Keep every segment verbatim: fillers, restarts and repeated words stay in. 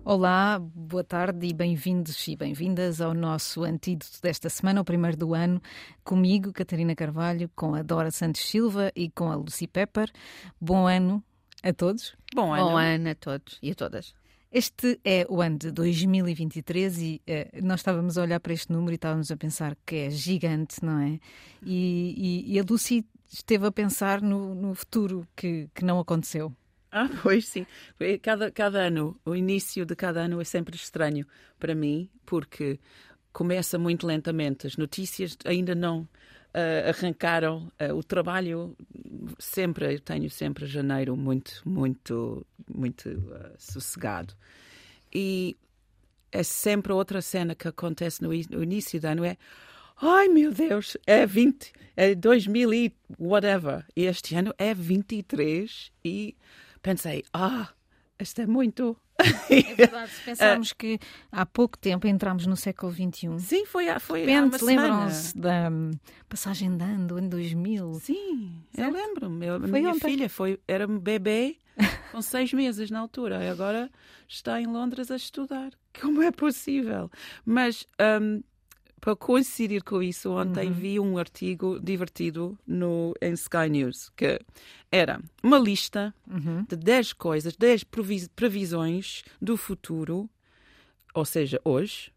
Olá, boa tarde e bem-vindos e bem-vindas ao nosso antídoto desta semana, o primeiro do ano, comigo, Catarina Carvalho, com a Dora Santos Silva e com a Lucy Pepper. Bom ano a todos. Bom ano. Bom ano a todos e a todas. Este é o ano de dois mil e vinte e três e uh, nós estávamos a olhar para este número e estávamos a pensar que é gigante, não é? E, e, e a Lucy esteve a pensar no, no futuro que, que não aconteceu. Ah, pois sim. Cada, cada ano, o início de cada ano é sempre estranho para mim, porque começa muito lentamente. As notícias ainda não uh, arrancaram. Uh, o trabalho, sempre, eu tenho sempre janeiro muito, muito, muito uh, sossegado. E é sempre outra cena que acontece no, no início do ano, é ai meu Deus, é vinte, é dois mil e whatever. E este ano é vinte e três e pensei, ah, isto é muito. É verdade, se pensarmos que há pouco tempo entramos no século vinte e um. Sim, foi, foi de repente, há uma lembram-se da passagem de ano do ano dois mil? Sim, certo? Eu lembro-me. A foi minha ontem. filha foi, era um bebê com seis meses na altura e agora está em Londres a estudar. Como é possível? Mas um, para coincidir com isso, ontem uhum. vi um artigo divertido no, em Sky News, que era uma lista uhum. de dez coisas, dez previsões do futuro, ou seja, hoje,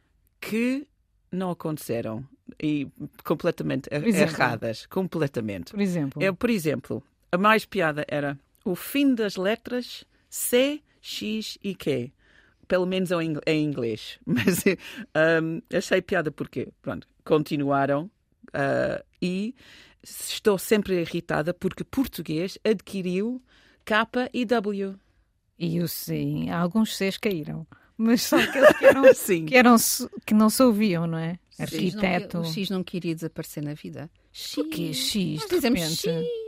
que não aconteceram e completamente erradas. Completamente. Por exemplo? É, por exemplo, a mais piada era o fim das letras C, X e Q. Pelo menos em inglês. Mas um, achei piada porque, pronto, continuaram uh, e estou sempre irritada porque português adquiriu K e W. E eu sim, alguns Cs caíram. Mas só aqueles que, eram, que, eram, que não se ouviam, não é? Sim, Arquiteto. O X não queria desaparecer na vida. X. O quê? X? Nós dizemos X.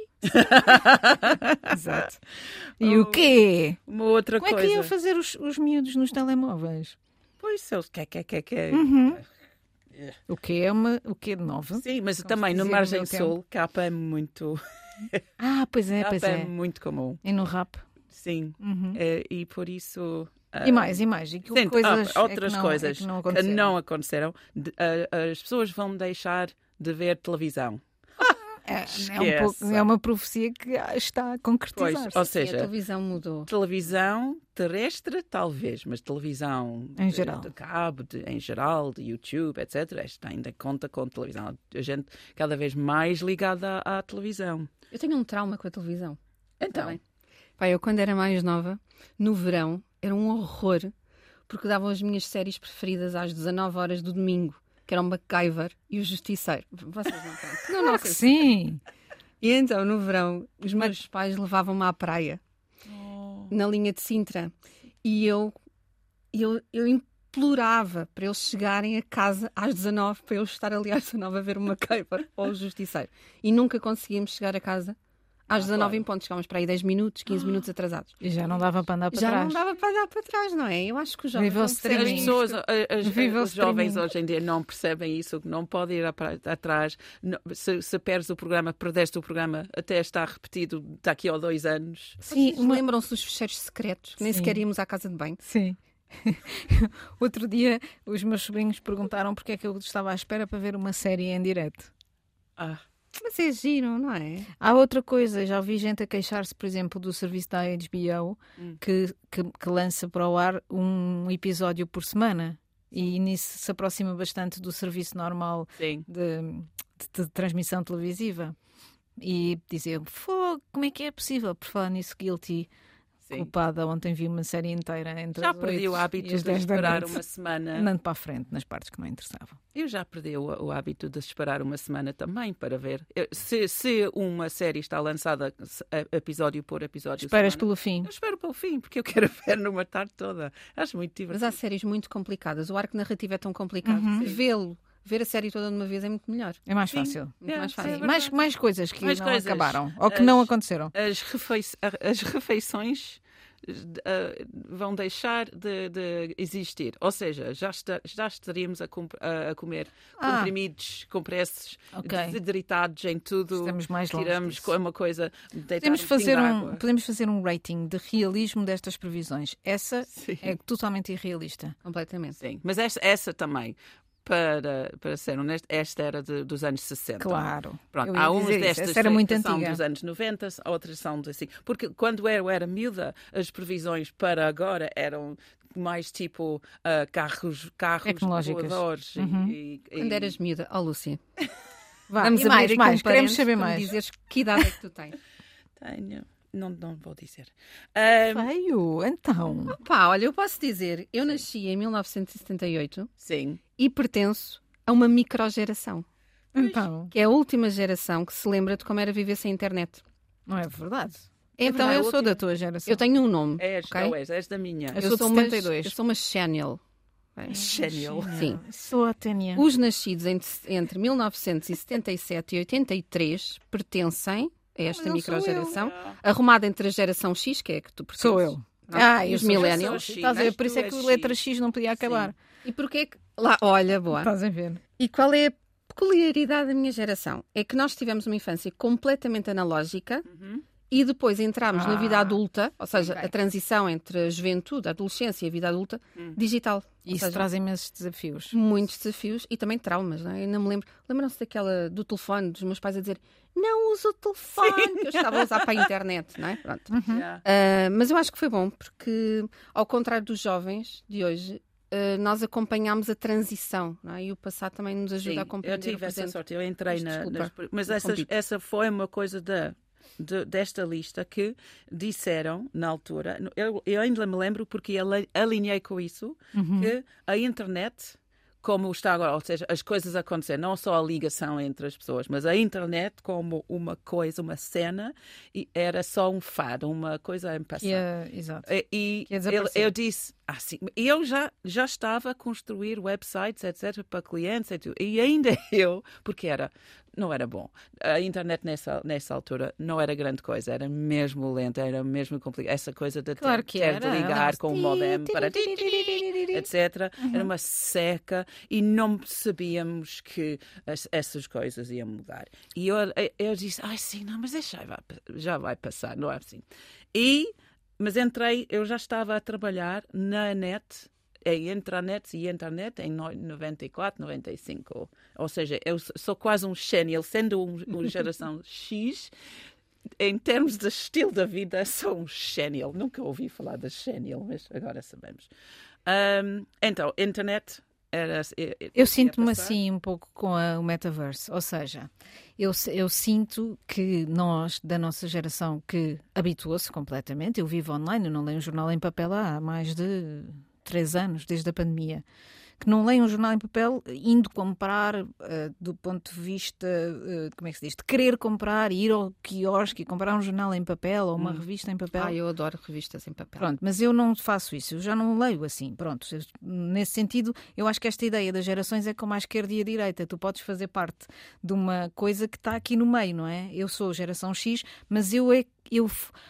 Exato. E oh, o quê? Uma outra Como coisa. Como é que iam fazer os, os miúdos nos telemóveis? Pois, eles quer, quer, quer, quer. Uhum. O quê é uma, o quê de novo? Sim, mas Como também no Margem Sul, K é muito... Ah, pois é, pois é. é muito comum. E no rap? Sim, uhum. é, e por isso... E mais, e mais? E que Sim, coisas ah, outras é que não, coisas é que não que aconteceram? não aconteceram. De, uh, as pessoas vão deixar de ver televisão. É, é, um pouco, é uma profecia que está a concretizar-se. Pois, ou seja, sim, a televisão mudou. Televisão terrestre, talvez, mas televisão em de, geral, de cabo, de, em geral, de YouTube, etcétera. Esta ainda conta com televisão. A gente cada vez mais ligada à, à televisão. Eu tenho um trauma com a televisão. Então, tá Pai, eu quando era mais nova, no verão, era um horror, porque davam as minhas séries preferidas às dezanove horas do domingo, que eram MacGyver e o Justiceiro. Vocês não têm? Não, não, que sim. E então, no verão, os meus Mas... pais levavam-me à praia, oh. na linha de Sintra, e eu, eu, eu implorava para eles chegarem a casa às dezanove, para eu estar ali às dezanove a ver o MacGyver ou o Justiceiro. E nunca conseguíamos chegar a casa às dezanove ah, claro. Em ponto. Chegávamos para aí dez minutos, quinze ah. minutos atrasados. E já não dava para andar para já trás. Já não dava para andar para trás, não é? Eu acho que os jovens... Viva as pessoas, as, as, os jovens hoje em dia não percebem isso, não podem ir atrás. Não, se, se perdes o programa, perdeste o programa, até está repetido daqui a dois anos. Sim, uma... lembram-se dos fecheiros secretos, que nem sequer íamos à casa de banho. Sim. Outro dia, os meus sobrinhos perguntaram porque é que eu estava à espera para ver uma série em direto. Ah... Mas é giro, não é? Há outra coisa, já ouvi gente a queixar-se, por exemplo, do serviço da H B O, hum. que, que, que lança para o ar um episódio por semana. E nisso se aproxima bastante do serviço normal de, de, de transmissão televisiva. E diziam, como é que é possível? Por falar nisso, Guilty, Sim. culpada, ontem vi uma série inteira entre já as perdi o hábito de esperar uma semana. Andando para a frente, nas partes que não interessavam. Eu já perdi o, o hábito de esperar uma semana também para ver. Se, se uma série está lançada episódio por episódio... Esperas semana, pelo fim? Eu espero pelo fim, porque eu quero ver numa tarde toda. Acho muito divertido. Mas há séries muito complicadas. O arco narrativo é tão complicado. Uhum. Vê-lo, ver a série toda de uma vez é muito melhor. É mais Sim. fácil. Muito é, mais fácil. É mais, mais coisas que mais não coisas. acabaram ou que as, não aconteceram. As, refei as refeições uh, vão deixar de, de existir. Ou seja, já, está, já estaríamos a, comp a comer ah. comprimidos, compressos, okay. desidratados em tudo. Estamos mais longe Tiramos disso. uma coisa... Podemos fazer, um, podemos fazer um rating de realismo destas previsões. Essa Sim. é totalmente irrealista. Completamente. Sim, mas essa, essa também... Para, para ser honesto, esta era de, dos anos sessenta. Claro. Pronto, há umas destas essa era muito que são antiga. dos anos noventa, outras são assim. Porque quando eu era miúda, as previsões para agora eram mais tipo uh, carros, carros voadores. Uhum. E, e, quando eras miúda, ó oh, Lúcia. Vá, Vamos a mais, mais. Queremos saber mais. Dizeres que idade é que tu tens? Tenho. Não, não vou dizer. Um... Feio, então. Pá, olha, eu posso dizer, eu nasci em mil novecentos e setenta e oito. Sim. E pertenço a uma microgeração. Então. Que é a última geração que se lembra de como era viver sem internet. Não é verdade? É então verdade, eu sou última... da tua geração. Eu tenho um nome. És, okay? ou és, és da minha. Eu, eu sou sou de setenta e dois. Uma, eu sou uma Xennial. Genial. Sim. Sou a Tânia. Os nascidos entre, entre mil novecentos e setenta e sete e oitenta e três pertencem a esta microgeração, arrumada entre a geração X, que é a que tu pertences. Sou eu. Não? Ah, e eu os sou millennials. Estás a ver? Por isso é que a letra X não podia acabar. Sim. E porquê que... Lá, olha, boa. Estás a ver? E qual é a peculiaridade da minha geração? É que nós tivemos uma infância completamente analógica uhum. e depois entramos ah. na vida adulta, ou seja, okay. a transição entre a juventude, a adolescência e a vida adulta, hum. digital. Isso seja, traz imensos desafios. Muitos desafios e também traumas, não é? Eu não me lembro. Lembram-se daquela do telefone, dos meus pais a dizer não uso o telefone, Sim. que eu estava a usar para a internet, não é? Pronto. Uhum. Yeah. Uh, mas eu acho que foi bom, porque ao contrário dos jovens de hoje, uh, nós acompanhámos a transição, não é? E o passado também nos ajuda Sim, a compreender. Eu tive o essa sorte, eu entrei mas, na. desculpa, nas, mas essa, essa foi uma coisa da. De, desta lista que disseram na altura, eu, eu ainda me lembro porque alinhei com isso, uhum. que a internet, como está agora, ou seja, as coisas acontecerem, não só a ligação entre as pessoas, mas a internet como uma coisa, uma cena, e era só um fado, uma coisa em passar. Yeah, exato. E, e eu, eu disse, ah, sim, eu já, já estava a construir websites, etcétera, para clientes, e, e ainda eu, porque era, não era bom. A internet nessa, nessa altura não era grande coisa, era mesmo lenta, era mesmo complicado. Essa coisa de claro ter, que ter era. de ligar com o modem para etcétera. Uhum. Era uma seca e não sabíamos que as, essas coisas iam mudar. E eu, eu disse, ai sim, não, mas deixa, já vai, já vai passar, não é assim. E, mas entrei, eu já estava a trabalhar na net, em intranet e internet em noventa e quatro, noventa e cinco. Ou seja, eu sou quase um Xennial, sendo um, uma geração X, em termos de estilo da vida, sou um Xennial. Nunca ouvi falar de Xennial, mas agora sabemos. Um, então, internet... Era, eu eu sinto-me assim um pouco com a, o metaverse, ou seja, eu, eu sinto que nós, da nossa geração, que habituou-se completamente, eu vivo online, eu não leio um jornal em papel há mais de três anos, desde a pandemia, que não leio um jornal em papel indo comprar uh, do ponto de vista, uh, como é que se diz, de querer comprar, ir ao quiosque e comprar um jornal em papel ou uma hum. revista em papel. Ah, eu adoro revistas em papel. Pronto, mas eu não faço isso, eu já não leio assim, pronto. Eu, nesse sentido, eu acho que esta ideia das gerações é como a esquerda e a direita. Tu podes fazer parte de uma coisa que está aqui no meio, não é? Eu sou geração X, mas eu é... Eu,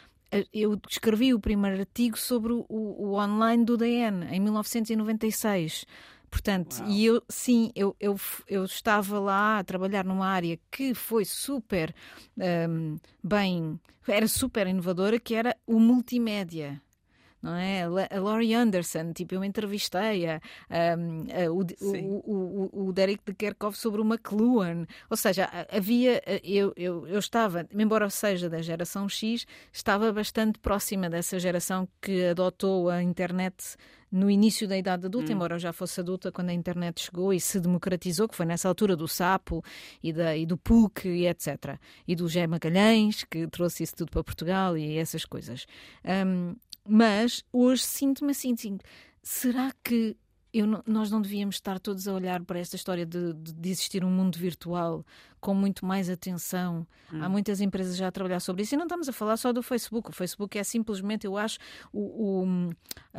Eu escrevi o primeiro artigo sobre o, o online do D N em mil novecentos e noventa e seis. Portanto, Uau. e eu, sim, eu, eu, eu estava lá a trabalhar numa área que foi super um, bem, era super inovadora, que era o multimédia. Não é? A Laurie Anderson, tipo, eu entrevistei-a, um, a, o, o, o, o Derek de Kerkhoff sobre o McLuhan. Ou seja, havia, eu, eu, eu estava, embora seja da geração X, estava bastante próxima dessa geração que adotou a internet no início da idade adulta, hum. embora eu já fosse adulta quando a internet chegou e se democratizou, que foi nessa altura do Sapo e, da, e do P U C e etcétera. E do Gé Magalhães, que trouxe isso tudo para Portugal e essas coisas. Um, Mas hoje sinto-me assim, assim, será que eu não, nós não devíamos estar todos a olhar para esta história de, de, de existir um mundo virtual com muito mais atenção? Hum. Há muitas empresas já a trabalhar sobre isso e não estamos a falar só do Facebook. O Facebook é simplesmente, eu acho, o... o um,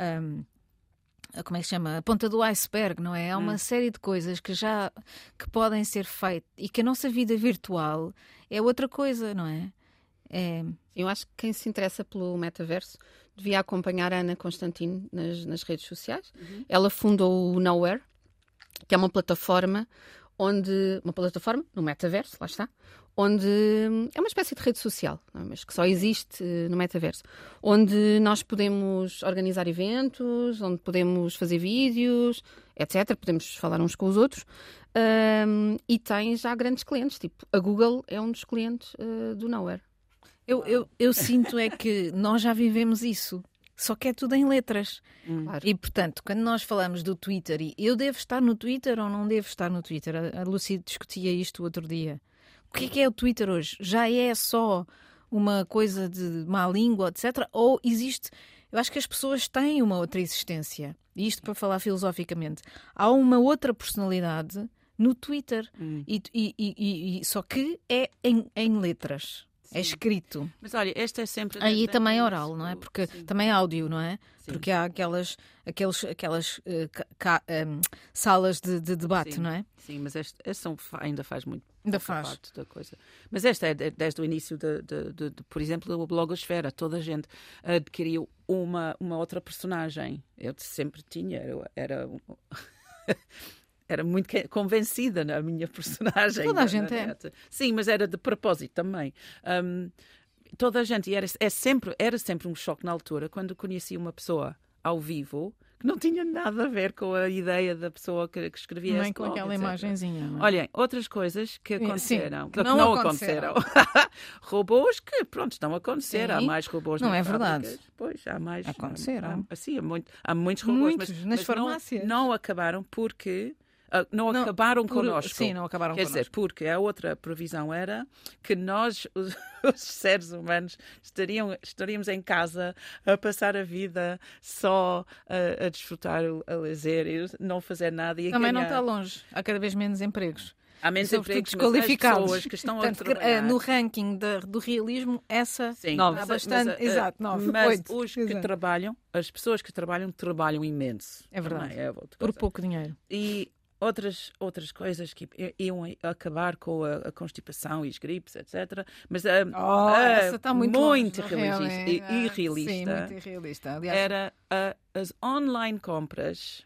como é que se chama? A ponta do iceberg, não é? Há uma hum. série de coisas que já que podem ser feitas e que a nossa vida virtual é outra coisa, não é? É... Eu acho que quem se interessa pelo metaverso devia acompanhar a Ana Constantino nas, nas redes sociais. Uhum. Ela fundou o Nowhere, que é uma plataforma onde... Uma plataforma no metaverso, lá está, onde é uma espécie de rede social, mas que só existe no metaverso, onde nós podemos organizar eventos, onde podemos fazer vídeos, etcétera. Podemos falar uns com os outros. Um, e tem já grandes clientes, tipo, a Google é um dos clientes uh, do Nowhere. Eu, eu, eu sinto é que nós já vivemos isso, só que é tudo em letras. Hum. Claro. E, portanto, quando nós falamos do Twitter, e eu devo estar no Twitter ou não devo estar no Twitter? A, a Lucy discutia isto o outro dia. O que é que é o Twitter hoje? Já é só uma coisa de má língua, etcétera? Ou existe... Eu acho que as pessoas têm uma outra existência. E isto para falar filosoficamente. Há uma outra personalidade no Twitter. Hum. E, e, e, e, só que é em, em letras. Sim. É escrito. Mas olha, esta é sempre... Aí também é oral, não é? Porque sim. também é áudio, não é? Sim. Porque há aquelas, aqueles, aquelas uh, ca, um, salas de, de debate, sim. não é? Sim, mas esta, esta ainda faz muito ainda faz. parte da coisa. Mas esta é desde o início, de, de, de, de, por exemplo, da blogosfera. Toda a gente adquiriu uma, uma outra personagem. Eu sempre tinha, eu era... Era muito convencida na minha personagem. Toda a gente é. Sim, mas era de propósito também. Um, toda a gente, e era, é sempre, era sempre um choque na altura, quando conheci uma pessoa ao vivo que não tinha nada a ver com a ideia da pessoa que, que escrevia. Nem com blog, aquela etcétera. Imagenzinha. Não é? Olhem, outras coisas que aconteceram. Sim, que, que não, que não aconteceram. aconteceram. Robôs que, pronto, estão a acontecer. Sim. Há mais robôs Não nas é verdade. fábricas. Pois, há mais. Aconteceram. Há, sim, há, muito, há muitos robôs. Muitos, mas, nas mas farmácias. Não, não acabaram porque... Uh, não, não acabaram por, connosco. Sim, não acabaram Quer connosco. dizer, porque a outra previsão era que nós, os, os seres humanos, estariam, estaríamos em casa a passar a vida só a, a desfrutar a lazer e não fazer nada. E a Também ganhar. não está longe. Há cada vez menos empregos. Há menos empregos, desqualificados. pessoas que estão Portanto, a trabalhar. No ranking de, do realismo, essa Sim, nove, mas, bastante, mas, exato, nove, mas oito, os que exato. trabalham, as pessoas que trabalham, trabalham imenso. É verdade. É por pouco dinheiro. E outras, outras coisas que iam acabar com a, a constipação e as gripes, etcétera. Mas a, oh, a, essa está muito, muito longe, irrealista, é, irrealista, sim, muito irrealista. Aliás, era a, as online compras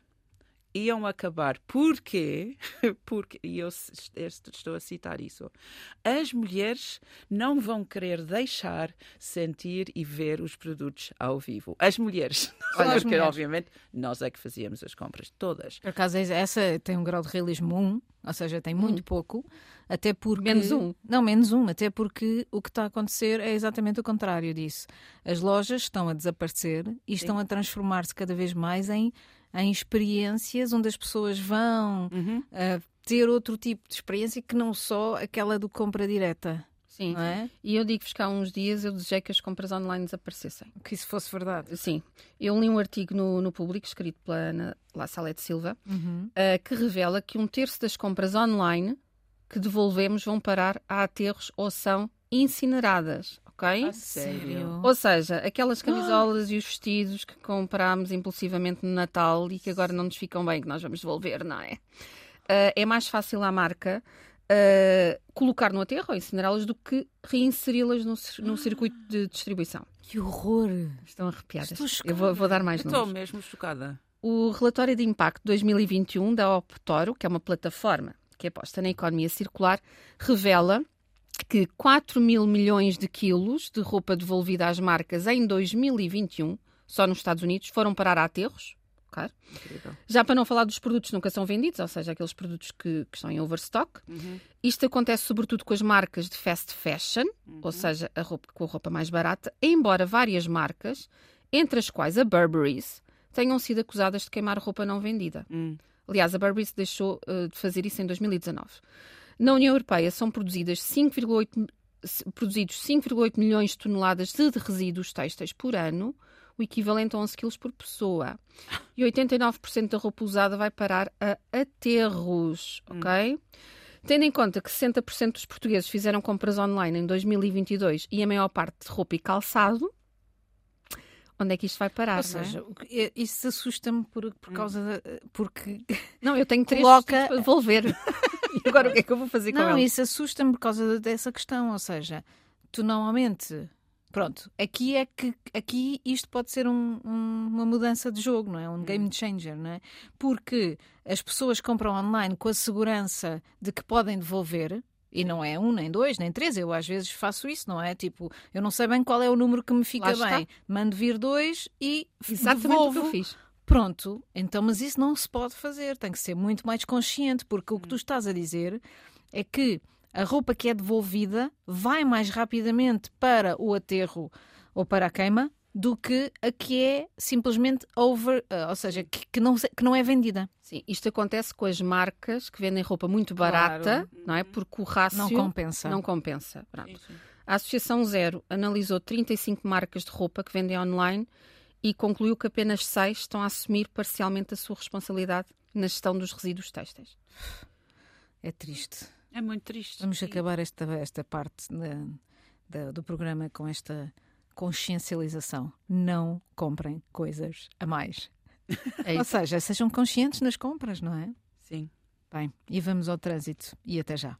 iam acabar. Porquê? Porque, e eu estou a citar isso, as mulheres não vão querer deixar sentir e ver os produtos ao vivo. As mulheres. Olha, porque, mulheres. obviamente, nós é que fazíamos as compras todas. Por acaso, essa tem um grau de realismo um, ou seja, tem muito hum. pouco, até porque... Menos um. Não, menos um, até porque o que está a acontecer é exatamente o contrário disso. As lojas estão a desaparecer e Sim. estão a transformar-se cada vez mais em em experiências onde as pessoas vão uhum. uh, ter outro tipo de experiência que não só aquela do compra direta. Sim, não é? E eu digo-vos que há uns dias eu desejei que as compras online desaparecessem. Que isso fosse verdade. Sim. Eu li um artigo no, no Público, escrito pela Ana La Salete Silva, uhum. uh, que revela que um terço das compras online que devolvemos vão parar a aterros ou são incineradas. Okay? Ah, sério? Ou seja, aquelas camisolas ah. e os vestidos que comprámos impulsivamente no Natal e que agora não nos ficam bem, que nós vamos devolver, não é? Uh, é mais fácil à marca uh, colocar no aterro ou incinerá-las do que reinseri-las no, no circuito de distribuição. Que horror! Estão arrepiadas. Estou Eu vou, vou dar mais números. Estou mesmo chocada. O relatório de impacto dois mil e vinte e um da Optoro, que é uma plataforma que aposta na economia circular, revela que quatro mil milhões de quilos de roupa devolvida às marcas em dois mil e vinte e um, só nos Estados Unidos, foram parar a aterros. Okay? Já para não falar dos produtos que nunca são vendidos, ou seja, aqueles produtos que, que estão em overstock. Uhum. Isto acontece sobretudo com as marcas de fast fashion, uhum. ou seja, a roupa, com a roupa mais barata, embora várias marcas, entre as quais a Burberry's, tenham sido acusadas de queimar roupa não vendida. Uhum. Aliás, a Burberry's deixou uh, de fazer isso em dois mil e dezanove. Na União Europeia são produzidas cinco vírgula oito, produzidos cinco vírgula oito milhões de toneladas de resíduos têxteis por ano, o equivalente a onze quilos por pessoa. E oitenta e nove por cento da roupa usada vai parar a aterros, ok? Hum. Tendo em conta que sessenta por cento dos portugueses fizeram compras online em dois mil e vinte e dois e a maior parte de roupa e calçado, onde é que isto vai parar? Ou seja, não é? Isso assusta-me por, por causa hum. da... Porque... Não, eu tenho três Coloca... para devolver. E agora o que é que eu vou fazer com Não, ela? isso assusta-me por causa dessa questão, ou seja, tu normalmente... Pronto, aqui é que aqui isto pode ser um, um, uma mudança de jogo, não é? Um game changer, não é? Porque as pessoas compram online com a segurança de que podem devolver, e não é um, nem dois, nem três. Eu às vezes faço isso, não é? Tipo, eu não sei bem qual é o número que me fica bem. Mando vir dois e Exatamente devolvo. o que eu fiz. Pronto, então, mas isso não se pode fazer. Tem que ser muito mais consciente, porque o que tu estás a dizer é que a roupa que é devolvida vai mais rapidamente para o aterro ou para a queima do que a que é simplesmente over, ou seja, que, que, não, que não é vendida. Sim, isto acontece com as marcas que vendem roupa muito barata, claro. Não é? Porque o rácio não compensa. Não compensa. Sim, sim. A Associação Zero analisou trinta e cinco marcas de roupa que vendem online e concluiu que apenas seis estão a assumir parcialmente a sua responsabilidade na gestão dos resíduos têxteis. É triste. É muito triste. Vamos sim. acabar esta, esta parte da, da, do programa com esta consciencialização. Não comprem coisas a mais. É Ou seja, sejam conscientes nas compras, não é? Sim. Bem, e vamos ao trânsito. E até já.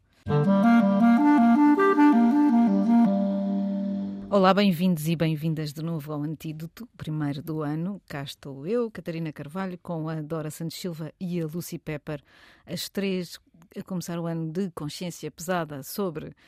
Olá, bem-vindos e bem-vindas de novo ao Antídoto, primeiro do ano. Cá estou eu, Catarina Carvalho, com a Dora Santos Silva e a Lucy Pepper, as três a começar o ano de consciência pesada sobre uh,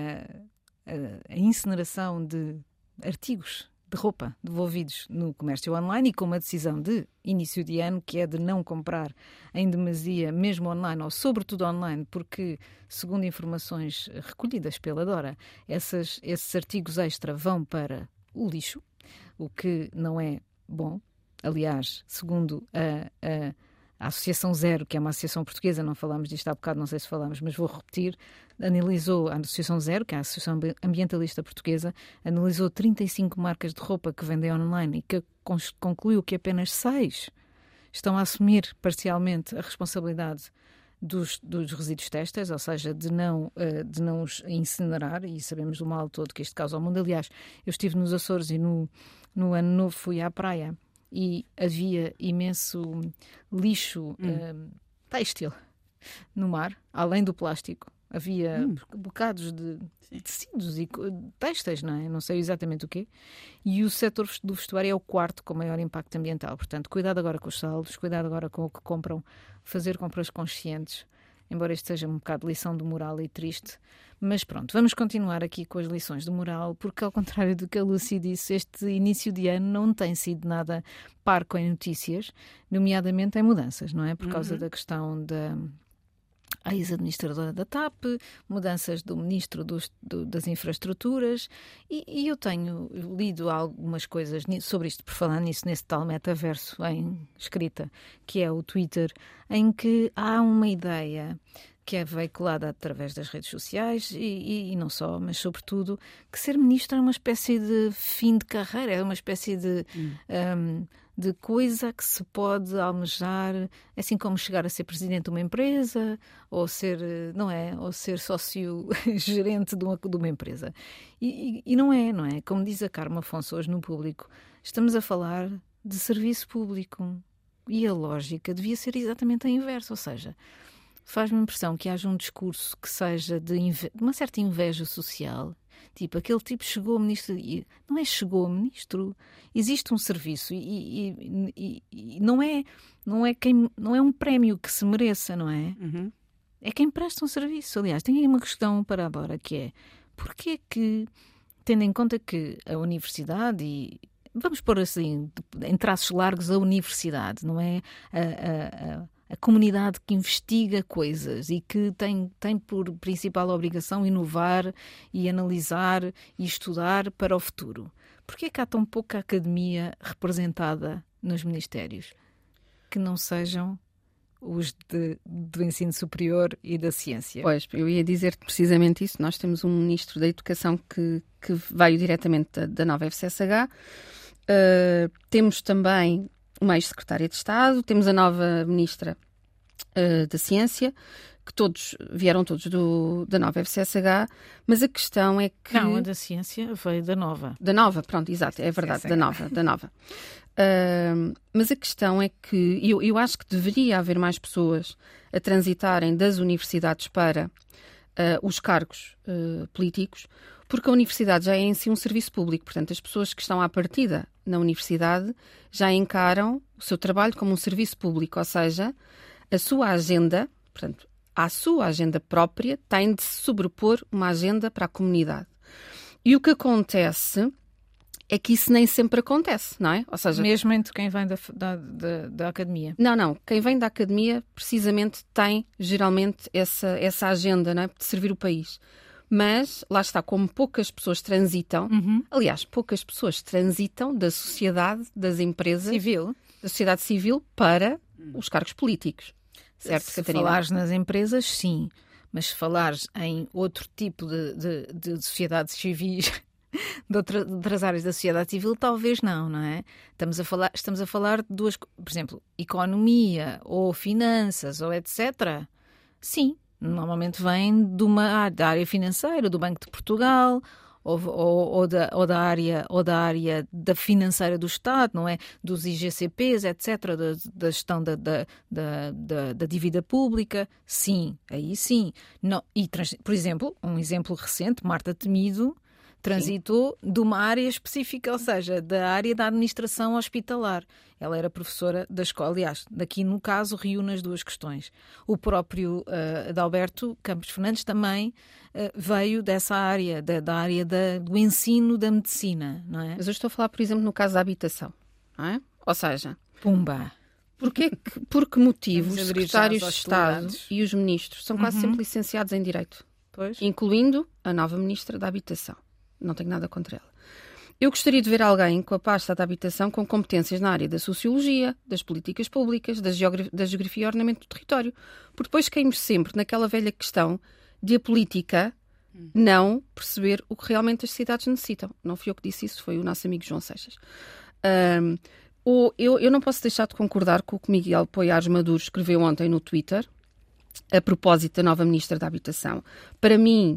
a, a incineração de artigos de roupa devolvidos no comércio online e com uma decisão de início de ano, que é de não comprar em demasia, mesmo online ou sobretudo online, porque, segundo informações recolhidas pela Dora, essas, esses artigos extra vão para o lixo, o que não é bom. Aliás, segundo a, a A Associação Zero, que é uma associação portuguesa, não falámos disto há bocado, não sei se falámos, mas vou repetir, analisou a Associação Zero, que é a Associação Ambientalista Portuguesa, analisou trinta e cinco marcas de roupa que vendem online e que concluiu que apenas seis estão a assumir parcialmente a responsabilidade dos, dos resíduos têxteis, ou seja, de não, de não os incinerar, e sabemos do mal todo que isto causa ao mundo. Aliás, eu estive nos Açores e no, no ano novo fui à praia e havia imenso lixo hum. uh, têxtil no mar, além do plástico. Havia hum. bocados de Sim. tecidos e têxteis, não é? Não sei exatamente o quê. E o setor do vestuário é o quarto com maior impacto ambiental. Portanto, cuidado agora com os saldos, cuidado agora com o que compram, fazer compras conscientes, embora isto seja um bocado de lição de moral e triste. Mas pronto, vamos continuar aqui com as lições de moral, porque ao contrário do que a Lucy disse, este início de ano não tem sido nada parco em notícias, nomeadamente em mudanças, não é? Por causa uhum. da questão da ex-administradora da T A P, mudanças do Ministro dos, do, das Infraestruturas, e, e eu tenho lido algumas coisas sobre isto, por falar nisso, nesse tal metaverso em escrita, que é o Twitter, em que há uma ideia que é veiculada através das redes sociais e, e, e não só, mas sobretudo que ser ministro é uma espécie de fim de carreira, é uma espécie de, hum. um, de coisa que se pode almejar, assim como chegar a ser presidente de uma empresa ou ser, não é, ou ser sócio-gerente de uma, de uma empresa. E, e, e não é, não é? Como diz a Carmo Afonso hoje no Público, estamos a falar de serviço público e a lógica devia ser exatamente a inversa, ou seja, faz-me impressão que haja um discurso que seja de, inve- de uma certa inveja social. Tipo, aquele tipo chegou a ministro... E não é chegou a ministro. Existe um serviço e, e, e, e não, é, não, é quem, não é um prémio que se mereça, não é? Uhum. É quem presta um serviço. Aliás, tem aí uma questão para a Dora, que é porquê que, tendo em conta que a universidade e... Vamos pôr assim, em traços largos, a universidade, não é? A... a, a A comunidade que investiga coisas e que tem, tem por principal obrigação inovar e analisar e estudar para o futuro. Porquê é que há tão pouca academia representada nos ministérios? Que não sejam os de, do ensino superior e da ciência. Pois, eu ia dizer precisamente isso. Nós temos um ministro da Educação que, que veio diretamente da, da nova F C S H. Uh, temos também uma ex-secretária de Estado, temos a nova ministra uh, da Ciência, que todos vieram todos do, da nova F C S H, mas a questão é que... Não, a da Ciência veio da nova. Da nova, pronto, exato, é verdade, da nova, da nova. Uh, mas a questão é que eu, eu acho que deveria haver mais pessoas a transitarem das universidades para uh, os cargos uh, políticos, Porque a universidade já é em si um serviço público, portanto, as pessoas que estão à partida na universidade já encaram o seu trabalho como um serviço público, ou seja, a sua agenda, portanto, à sua agenda própria, tem de se sobrepor uma agenda para a comunidade. E o que acontece é que isso nem sempre acontece, não é? Ou seja, mesmo entre quem vem da, da, da, da academia. Não, não. Quem vem da academia precisamente tem geralmente essa, essa agenda, não é? De servir o país. Mas, lá está, como poucas pessoas transitam, uhum. aliás, poucas pessoas transitam da sociedade, das empresas, civil. da sociedade civil para os cargos políticos. Certo, se Catarina? falares nas empresas, sim. Mas se falares em outro tipo de, de, de sociedades civis, de, outra, de outras áreas da sociedade civil, talvez não, não é? Estamos a falar, estamos a falar de duas, por exemplo, economia ou finanças ou etcétera. Sim, normalmente vem de uma, da área financeira, do Banco de Portugal ou, ou, ou, da, ou, da área, ou da área da financeira do Estado, não é? Dos I G C Ps, etcétera, da, da gestão da, da, da, da, da dívida pública. Sim, aí sim. Não, e, por exemplo, um exemplo recente, Marta Temido transitou Sim. de uma área específica, ou seja, da área da administração hospitalar. Ela era professora da escola. Aliás, daqui no caso reúne as duas questões. O próprio uh, Adalberto Campos Fernandes também uh, veio dessa área, da, da área da, do ensino da medicina, não é? Mas eu estou a falar, por exemplo, no caso da habitação, não é? Ou seja... Pumba! Porquê que, por que motivo os secretários de Estado e os ministros são quase uhum. sempre licenciados em Direito? Pois. Incluindo a nova Ministra da Habitação. Não tenho nada contra ela. Eu gostaria de ver alguém com a pasta da habitação com competências na área da sociologia, das políticas públicas, da, geogra- da geografia e ordenamento do território. Porque depois caímos sempre naquela velha questão de a política não perceber o que realmente as cidades necessitam. Não fui eu que disse isso, foi o nosso amigo João Seixas. Um, o, eu, eu não posso deixar de concordar com o que Miguel Poiares Maduro escreveu ontem no Twitter, a propósito da nova Ministra da Habitação. Para mim...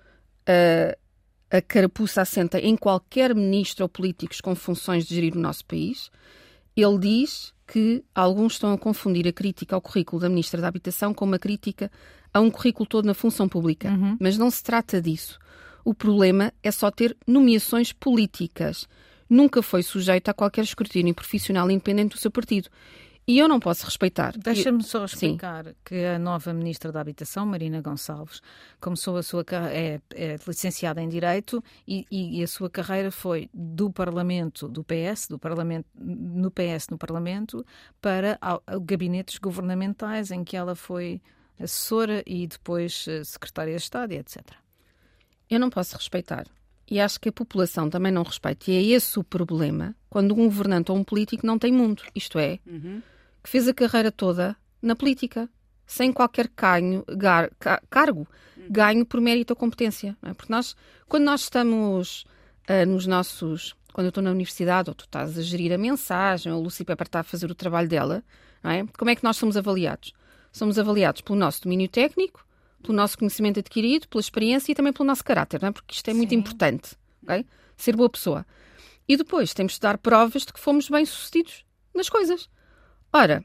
Uh, a carapuça assenta em qualquer ministro ou políticos com funções de gerir o nosso país. Ele diz que alguns estão a confundir a crítica ao currículo da Ministra da Habitação com uma crítica a um currículo todo na função pública. Uhum. Mas não se trata disso. O problema é só ter nomeações políticas. Nunca foi sujeito a qualquer escrutínio profissional independente do seu partido. E eu não posso respeitar. Deixa-me só explicar Sim. que a nova Ministra da Habitação, Marina Gonçalves, começou a sua é, é licenciada em Direito e, e a sua carreira foi do Parlamento, do P S, do Parlamento, no P S no Parlamento, para ao, ao gabinetes governamentais em que ela foi assessora e depois secretária de Estado, etcétera. Eu não posso respeitar. E acho que a população também não respeita. E é esse o problema quando um governante ou um político não tem mundo. Isto é, uhum. que fez a carreira toda na política, sem qualquer ganho, gar, ca, cargo, uhum. ganho por mérito ou competência. Não é? Porque nós, quando nós estamos uh, nos nossos... Quando eu estou na universidade, ou tu estás a gerir a mensagem, ou a Lucy Pepper está a fazer o trabalho dela, não é? Como é que nós somos avaliados? Somos avaliados pelo nosso domínio técnico, pelo nosso conhecimento adquirido, pela experiência e também pelo nosso caráter, não é? Porque isto é Sim. muito importante, ok? Ser boa pessoa. E depois temos de dar provas de que fomos bem-sucedidos nas coisas. Ora,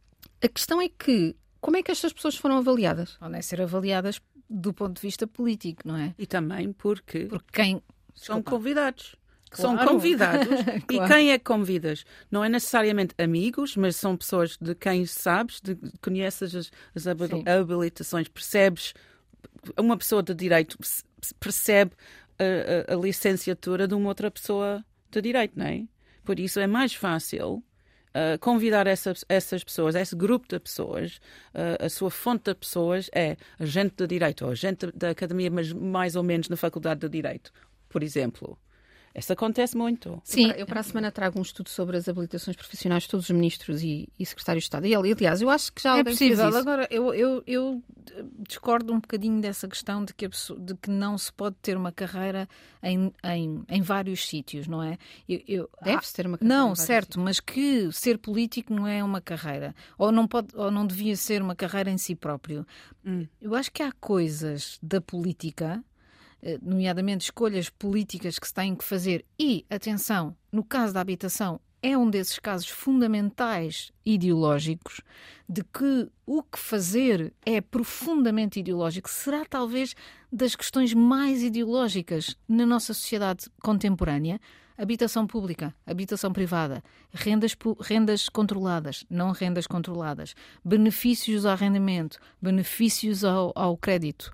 a questão é que, como é que estas pessoas foram avaliadas? Podem ser avaliadas do ponto de vista político, não é? E também porque, porque quem... são convidados. Claro. São convidados. Claro. E quem é que convidas? Não é necessariamente amigos, mas são pessoas de quem sabes, de, conheces as, as habilitações, percebes. Uma pessoa de direito percebe a, a, a licenciatura de uma outra pessoa de direito, não é? Por isso é mais fácil uh, convidar essas, essas pessoas, esse grupo de pessoas, uh, a sua fonte de pessoas é agente de direito, ou agente da academia, mas mais ou menos na faculdade de direito, por exemplo. Isso acontece muito. Sim, eu para a semana trago um estudo sobre as habilitações profissionais de todos os ministros e, e secretários de Estado. E, aliás, eu acho que já é alguém possível. fez isso. Agora, eu, eu, eu discordo um bocadinho dessa questão de que, a pessoa, de que não se pode ter uma carreira em, em, em vários sítios, não é? Eu, eu, Deve-se ter uma carreira Não, em certo, sítios. Mas que ser político não é uma carreira. Ou não, pode, ou não devia ser uma carreira em si próprio. Hum. Eu acho que há coisas da política... nomeadamente escolhas políticas que se têm que fazer e, atenção, no caso da habitação, é um desses casos fundamentais ideológicos de que o que fazer é profundamente ideológico. Será talvez das questões mais ideológicas na nossa sociedade contemporânea. Habitação pública, habitação privada, rendas, rendas controladas, não rendas controladas, benefícios ao arrendamento, benefícios ao, ao crédito.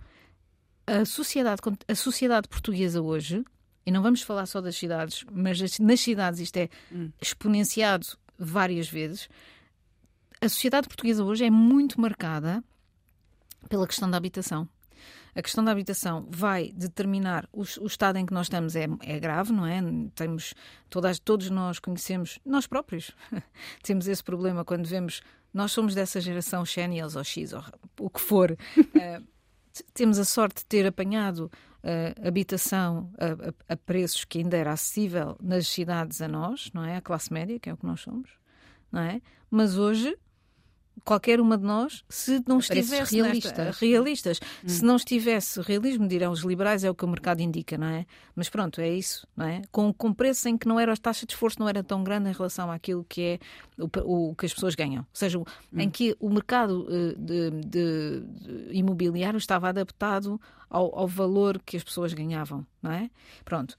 A sociedade, a sociedade portuguesa hoje, e não vamos falar só das cidades, mas nas cidades isto é hum. exponenciado várias vezes, a sociedade portuguesa hoje é muito marcada pela questão da habitação. A questão da habitação vai determinar o, o estado em que nós estamos é, é grave, não é? Temos, todas, todos nós conhecemos, nós próprios, temos esse problema quando vemos, nós somos dessa geração Xennials ou X, ou o que for. uh, temos a sorte de ter apanhado uh, habitação a, a, a preços que ainda era acessível nas cidades a nós, não é? A classe média, que é o que nós somos, não é? Mas hoje qualquer uma de nós, se não estivesse realistas, nesta, realistas hum. se não estivesse realismo, dirão os liberais, é o que o mercado indica, não é? Mas pronto, é isso, não é? Com, com preços em que não era, a taxa de esforço não era tão grande em relação àquilo que é o, o que as pessoas ganham. Ou seja, hum. em que o mercado uh, de, de, de imobiliário estava adaptado ao, ao valor que as pessoas ganhavam, não é? Pronto.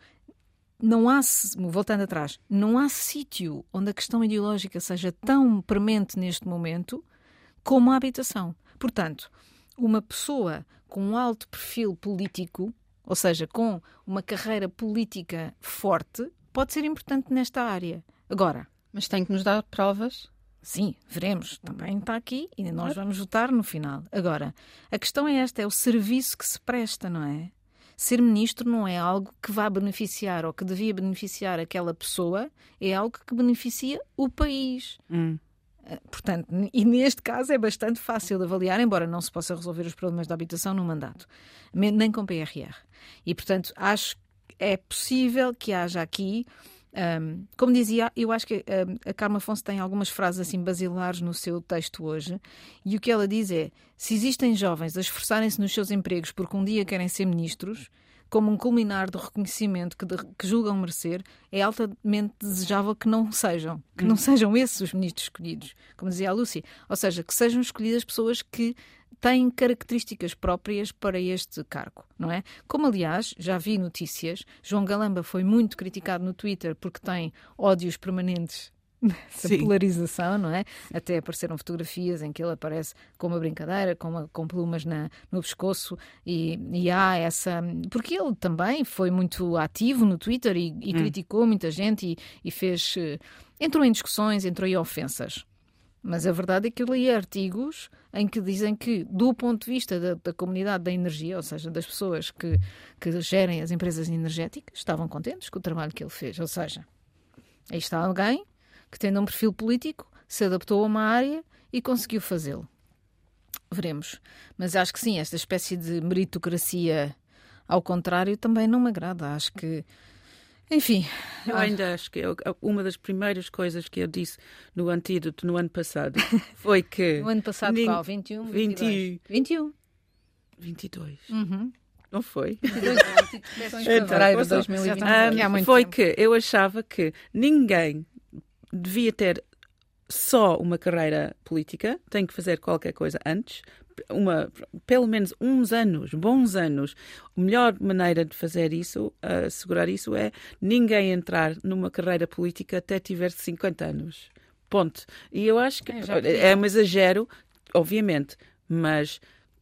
Não há, voltando atrás, não há sítio onde a questão ideológica seja tão premente neste momento como a habitação. Portanto, uma pessoa com um alto perfil político, ou seja, com uma carreira política forte, pode ser importante nesta área. Agora... Mas tem que nos dar provas? Sim, veremos. Também está aqui e nós vamos votar no final. Agora, a questão é esta, é o serviço que se presta, não é? Ser ministro não é algo que vá beneficiar ou que devia beneficiar aquela pessoa, é algo que beneficia o país. Hum. Portanto, e neste caso é bastante fácil de avaliar, embora não se possa resolver os problemas da habitação no mandato, nem com P R R. E, portanto, acho que é possível que haja aqui... Um, como dizia, eu acho que um, a Carmo Afonso tem algumas frases assim basilares no seu texto hoje, e o que ela diz é: se existem jovens a esforçarem-se nos seus empregos porque um dia querem ser ministros, como um culminar do reconhecimento que, de, que julgam merecer, é altamente desejável que não sejam, que não sejam esses os ministros escolhidos, como dizia a Lúcia, ou seja, que sejam escolhidas pessoas que têm características próprias para este cargo, não é? Como, aliás, já vi notícias, João Galamba foi muito criticado no Twitter porque tem ódios permanentes essa Sim. polarização, não é? Até apareceram fotografias em que ele aparece com uma brincadeira, com, uma, com plumas na, no pescoço e, e há essa... Porque ele também foi muito ativo no Twitter e, e hum. criticou muita gente e, e fez... Entrou em discussões, entrou em ofensas. Mas a verdade é que eu li artigos em que dizem que, do ponto de vista da, da comunidade da energia, ou seja, das pessoas que, que gerem as empresas energéticas, estavam contentes com o trabalho que ele fez. Ou seja, aí está alguém que, tendo um perfil político, se adaptou a uma área e conseguiu fazê-lo. Veremos. Mas acho que sim, esta espécie de meritocracia ao contrário também não me agrada. Acho que... Enfim. Eu ainda acho que eu, uma das primeiras coisas que eu disse no antídoto no ano passado foi que... No ano passado nin... qual? vinte e um? vinte e dois? vinte e um. vinte e dois. Uhum. Não foi? vinte e dois, então, fevereiro de dois mil e vinte e um. Um, foi tempo. que eu achava que ninguém devia ter só uma carreira política, tem que fazer qualquer coisa antes, uma, pelo menos uns anos, bons anos. A melhor maneira de fazer isso, uh, assegurar isso, é ninguém entrar numa carreira política até tiver cinquenta anos. Ponto. E eu acho que é, é um exagero, obviamente, mas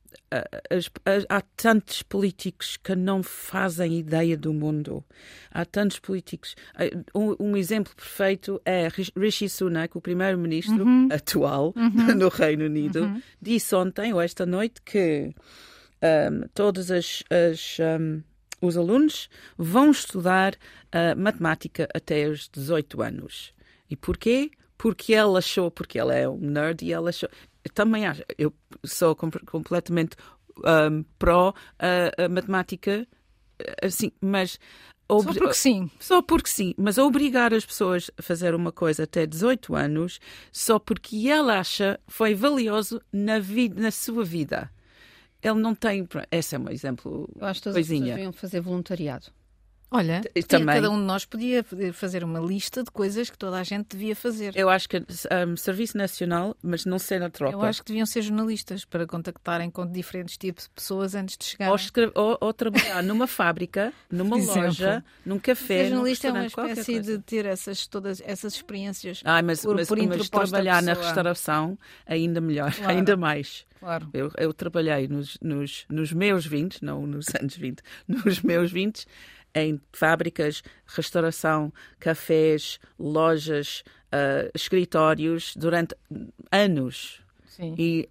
As, as, há tantos políticos que não fazem ideia do mundo. Há tantos políticos. Um, um exemplo perfeito é Rishi Sunak, o primeiro-ministro uhum. atual uhum. no Reino Unido, uhum. disse ontem ou esta noite que um, todos as, as, um, os alunos vão estudar uh, matemática até os dezoito anos. E porquê? Porque ela achou, porque ela é um nerd e ela achou... Eu também acho, eu sou completamente um, pró uh, a matemática, assim, mas... Só porque sim. Só porque sim, mas obrigar as pessoas a fazer uma coisa até dezoito anos só porque ela acha foi valioso na, vida, na sua vida. Ele não tem... Esse é um exemplo. Eu acho que todas as pessoas deviam fazer voluntariado. Olha, também. Cada um de nós podia fazer uma lista de coisas que toda a gente devia fazer. Eu acho que um, Serviço Nacional, mas não ser na tropa. Eu acho que deviam ser jornalistas para contactarem com diferentes tipos de pessoas antes de chegar. Ou, ou, ou trabalhar numa fábrica, numa loja, num café, ser jornalista num é uma restaurante, espécie de ter essas, todas essas experiências. Ah, mas, por, mas, por mas trabalhar na pessoa. restauração ainda melhor, Claro. ainda mais. Claro. Eu, eu trabalhei nos, nos, nos meus vinte, não nos anos vinte, nos meus vinte, em fábricas, restauração, cafés, lojas, uh, escritórios, durante anos. Sim. E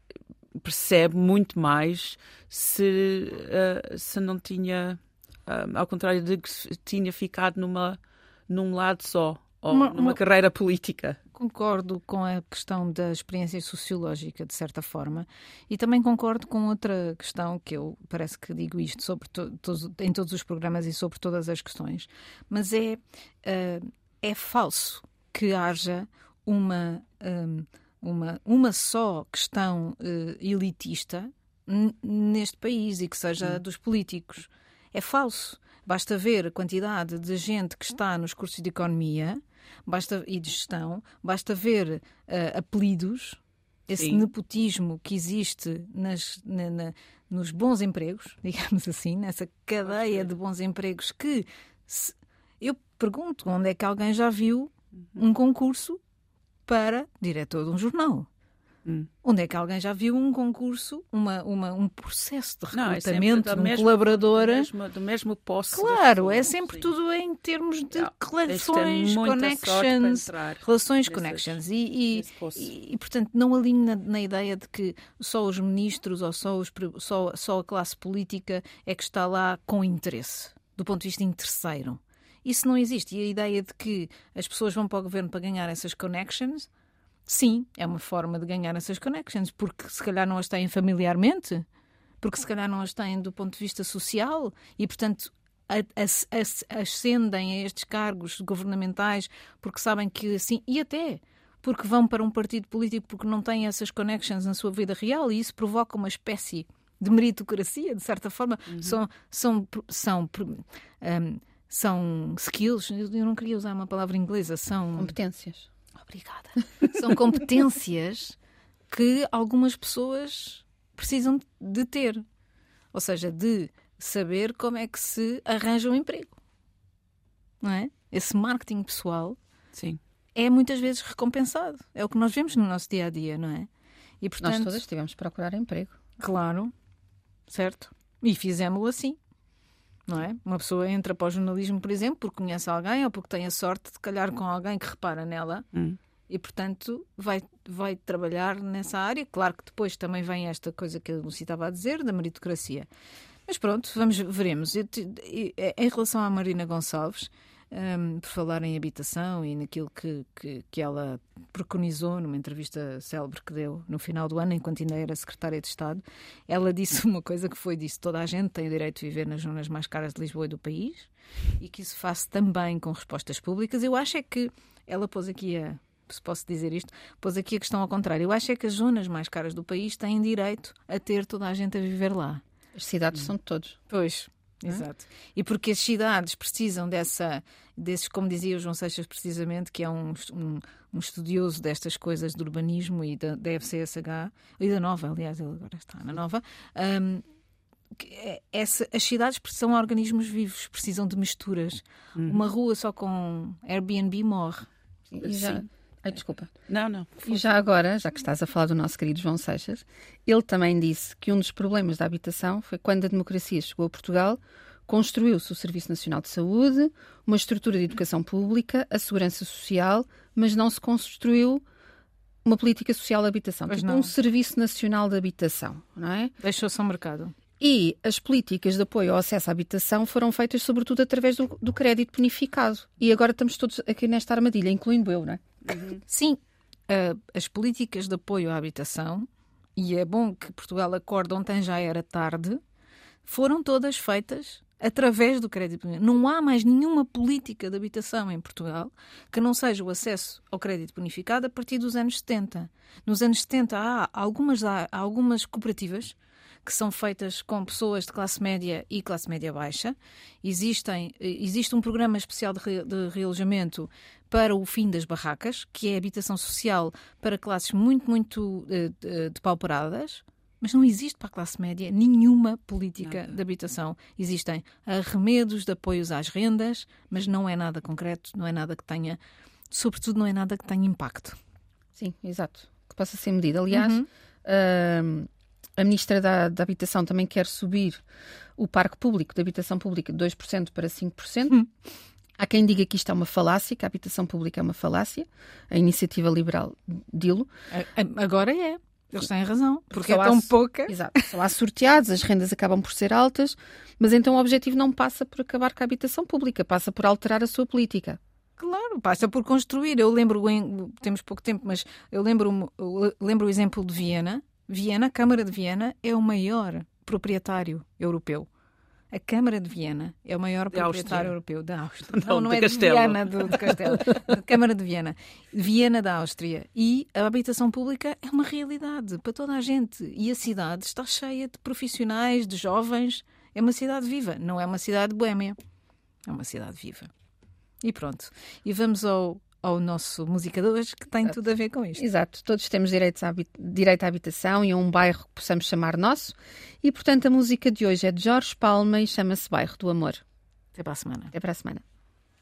percebe muito mais se, uh, se não tinha, uh, ao contrário de que tinha ficado numa, num lado só, ou uma, numa uma... carreira política. Concordo com a questão da experiência sociológica, de certa forma, e também concordo com outra questão que eu parece que digo isto sobre to, to, em todos os programas e sobre todas as questões, mas é, uh, é falso que haja uma, um, uma, uma só questão uh, elitista n- neste país e que seja hum. dos políticos. É falso. Basta ver a quantidade de gente que está nos cursos de economia basta, e de gestão, basta ver uh, apelidos, esse Sim. nepotismo que existe nas, na, na, nos bons empregos, digamos assim, nessa cadeia de bons empregos que se, eu pergunto onde é que alguém já viu um concurso para diretor de um jornal. Hum. Onde é que alguém já viu um concurso, uma, uma, um processo de recrutamento de um colaborador? Do mesmo, do mesmo posse. Claro, é sempre sim. tudo em termos de yeah. relações, connections, relações, nesses, connections. E, e, e, e, portanto, não alinho na, na ideia de que só os ministros ou só, os, só, só a classe política é que está lá com interesse, do ponto de vista interesseiro. Isso não existe. E a ideia de que as pessoas vão para o governo para ganhar essas connections... Sim, é uma forma de ganhar essas connections, porque se calhar não as têm familiarmente, porque se calhar não as têm do ponto de vista social e, portanto, a, a, a, ascendem a estes cargos governamentais porque sabem que assim, e até porque vão para um partido político porque não têm essas connections na sua vida real e isso provoca uma espécie de meritocracia, de certa forma. Uhum. São, são, são, um, são skills, eu não queria usar uma palavra inglesa, são... Competências. Obrigada. São competências que algumas pessoas precisam de ter. Ou seja, de saber como é que se arranja um emprego. Não é? Esse marketing pessoal Sim. é muitas vezes recompensado. É o que nós vemos no nosso dia-a-dia, não é? E, portanto, nós todas tivemos de procurar emprego. Claro. Certo. E fizemos-lo assim. Não é? Uma pessoa entra para o jornalismo, por exemplo, porque conhece alguém ou porque tem a sorte de calhar com alguém que repara nela hum. e, portanto, vai, vai trabalhar nessa área. Claro que depois também vem esta coisa que eu estava a dizer, da meritocracia. Mas pronto, vamos, veremos. Eu, em relação à Marina Gonçalves, um, por falar em habitação e naquilo que, que, que ela preconizou numa entrevista célebre que deu no final do ano, enquanto ainda era secretária de Estado, ela disse uma coisa que foi, disse, toda a gente tem o direito de viver nas zonas mais caras de Lisboa e do país e que isso faça também com respostas públicas. Eu acho é que ela pôs aqui a, se posso dizer isto, pôs aqui a questão ao contrário. Eu acho é que as zonas mais caras do país têm direito a ter toda a gente a viver lá. As cidades hum. são de todos. Pois. Exato. E porque as cidades precisam dessa, desses, como dizia o João Seixas precisamente, que é um, um, um estudioso destas coisas do urbanismo e da, da F C S H, e da Nova, aliás, ele agora está na Nova, um, essa, as cidades são organismos vivos, precisam de misturas. Uhum. Uma rua só com Airbnb morre. E já... Ai, desculpa. Não, não. E já agora, já que estás a falar do nosso querido João Seixas, ele também disse que um dos problemas da habitação foi quando a democracia chegou a Portugal, construiu-se o Serviço Nacional de Saúde, uma estrutura de educação pública, a segurança social, mas não se construiu uma política social de habitação. Tipo um Serviço Nacional de Habitação, não é? Deixou-se ao mercado. E as políticas de apoio ao acesso à habitação foram feitas sobretudo através do, do crédito bonificado. E agora estamos todos aqui nesta armadilha, incluindo eu, não é? Uhum. Sim, uh, as políticas de apoio à habitação, e é bom que Portugal acorde ontem já era tarde, foram todas feitas através do crédito bonificado. Não há mais nenhuma política de habitação em Portugal que não seja o acesso ao crédito bonificado a partir dos anos setenta. Nos anos setenta há algumas, há algumas cooperativas que são feitas com pessoas de classe média e classe média baixa. Existem, existe um programa especial de, re, de realojamento para o fim das barracas, que é habitação social para classes muito, muito uh, depauperadas. Mas não existe para a classe média nenhuma política nada de habitação. Existem arremedos de apoios às rendas, mas não é nada concreto, não é nada que tenha, sobretudo não é nada que tenha impacto. Sim, exato. Que possa ser medido. Aliás, uhum. uh, a Ministra da, da Habitação também quer subir o parque público de habitação pública de dois por cento para cinco por cento. Hum. Há quem diga que isto é uma falácia, que a habitação pública é uma falácia. A Iniciativa Liberal dilo. Agora é. Eles têm razão, porque, porque é tão há, pouca. Exato, só há sorteados, as rendas acabam por ser altas, mas então o objetivo não passa por acabar com a habitação pública, passa por alterar a sua política. Claro, passa por construir. Eu lembro, temos pouco tempo, mas eu lembro, lembro o exemplo de Viena. Viena, a Câmara de Viena, é o maior proprietário europeu. A Câmara de Viena é o maior de proprietário Áustria. europeu da Áustria. Não, não, não de é Castelo. de Viena, do, do Castelo. A Câmara de Viena. Viena da Áustria. E a habitação pública é uma realidade para toda a gente. E a cidade está cheia de profissionais, de jovens. É uma cidade viva. Não é uma cidade boémia. É uma cidade viva. E pronto. E vamos ao, ao nosso Música de hoje, que tem Exato. Tudo a ver com isto. Exato. Todos temos direito à, direito à habitação e a um bairro que possamos chamar nosso. E, portanto, a música de hoje é de Jorge Palma e chama-se Bairro do Amor. Até para a semana. Até para a semana.